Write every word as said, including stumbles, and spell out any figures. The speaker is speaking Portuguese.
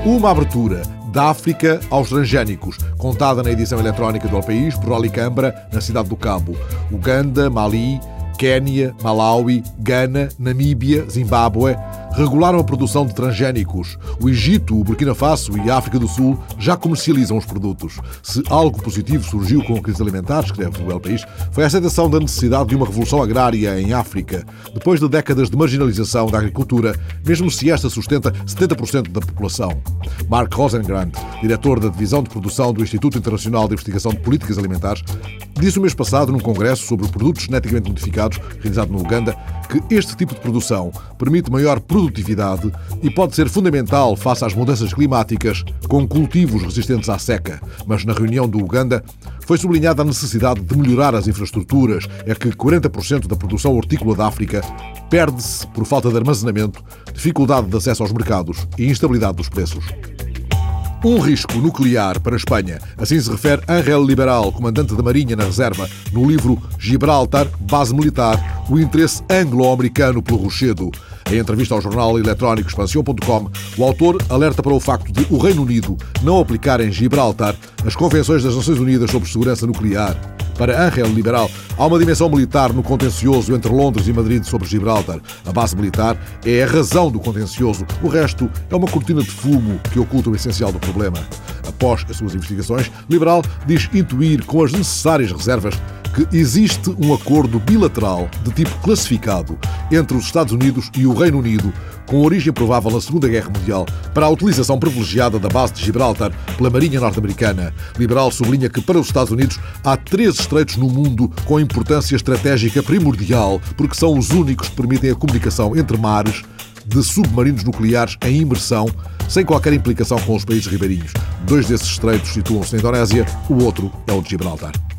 Uma abertura da África aos transgénicos, contada na edição eletrónica do El País por Oli Câmara, na cidade do Cabo. Uganda, Mali, Quénia, Malawi, Gana, Namíbia, Zimbábue regularam a produção de transgénicos. O Egito, o Burkina Faso e a África do Sul já comercializam os produtos. Se algo positivo surgiu com a crise alimentar, escreve o El País, foi a aceitação da necessidade de uma revolução agrária em África. Depois de décadas de marginalização da agricultura, mesmo se esta sustenta setenta por cento da população. Mark Rosengrant, diretor da Divisão de Produção do Instituto Internacional de Investigação de Políticas Alimentares, disse o mês passado num congresso sobre produtos geneticamente modificados, realizado no Uganda, que este tipo de produção permite maior produtividade e pode ser fundamental face às mudanças climáticas com cultivos resistentes à seca. Mas na reunião do Uganda foi sublinhada a necessidade de melhorar as infraestruturas. É que quarenta por cento da produção hortícola da África perde-se por falta de armazenamento, dificuldade de acesso aos mercados e instabilidade dos preços. Um risco nuclear para a Espanha. Assim se refere Ángel Liberal, comandante da Marinha na reserva, no livro Gibraltar, Base Militar, o interesse anglo-americano pelo Rochedo. Em entrevista ao jornal eletrónico Expansão ponto com, o autor alerta para o facto de o Reino Unido não aplicar em Gibraltar as convenções das Nações Unidas sobre segurança nuclear. Para Ángel Liberal, há uma dimensão militar no contencioso entre Londres e Madrid sobre Gibraltar. A base militar é a razão do contencioso. O resto é uma cortina de fumo que oculta o essencial do problema. Após as suas investigações, Liberal diz intuir, com as necessárias reservas, que existe um acordo bilateral de tipo classificado entre os Estados Unidos e o Reino Unido, com origem provável na Segunda Guerra Mundial, para a utilização privilegiada da base de Gibraltar pela Marinha norte-americana. Liberal sublinha que para os Estados Unidos há três estreitos no mundo com importância estratégica primordial, porque são os únicos que permitem a comunicação entre mares de submarinos nucleares em imersão, sem qualquer implicação com os países ribeirinhos. Dois desses estreitos situam-se na Indonésia, o outro é o de Gibraltar.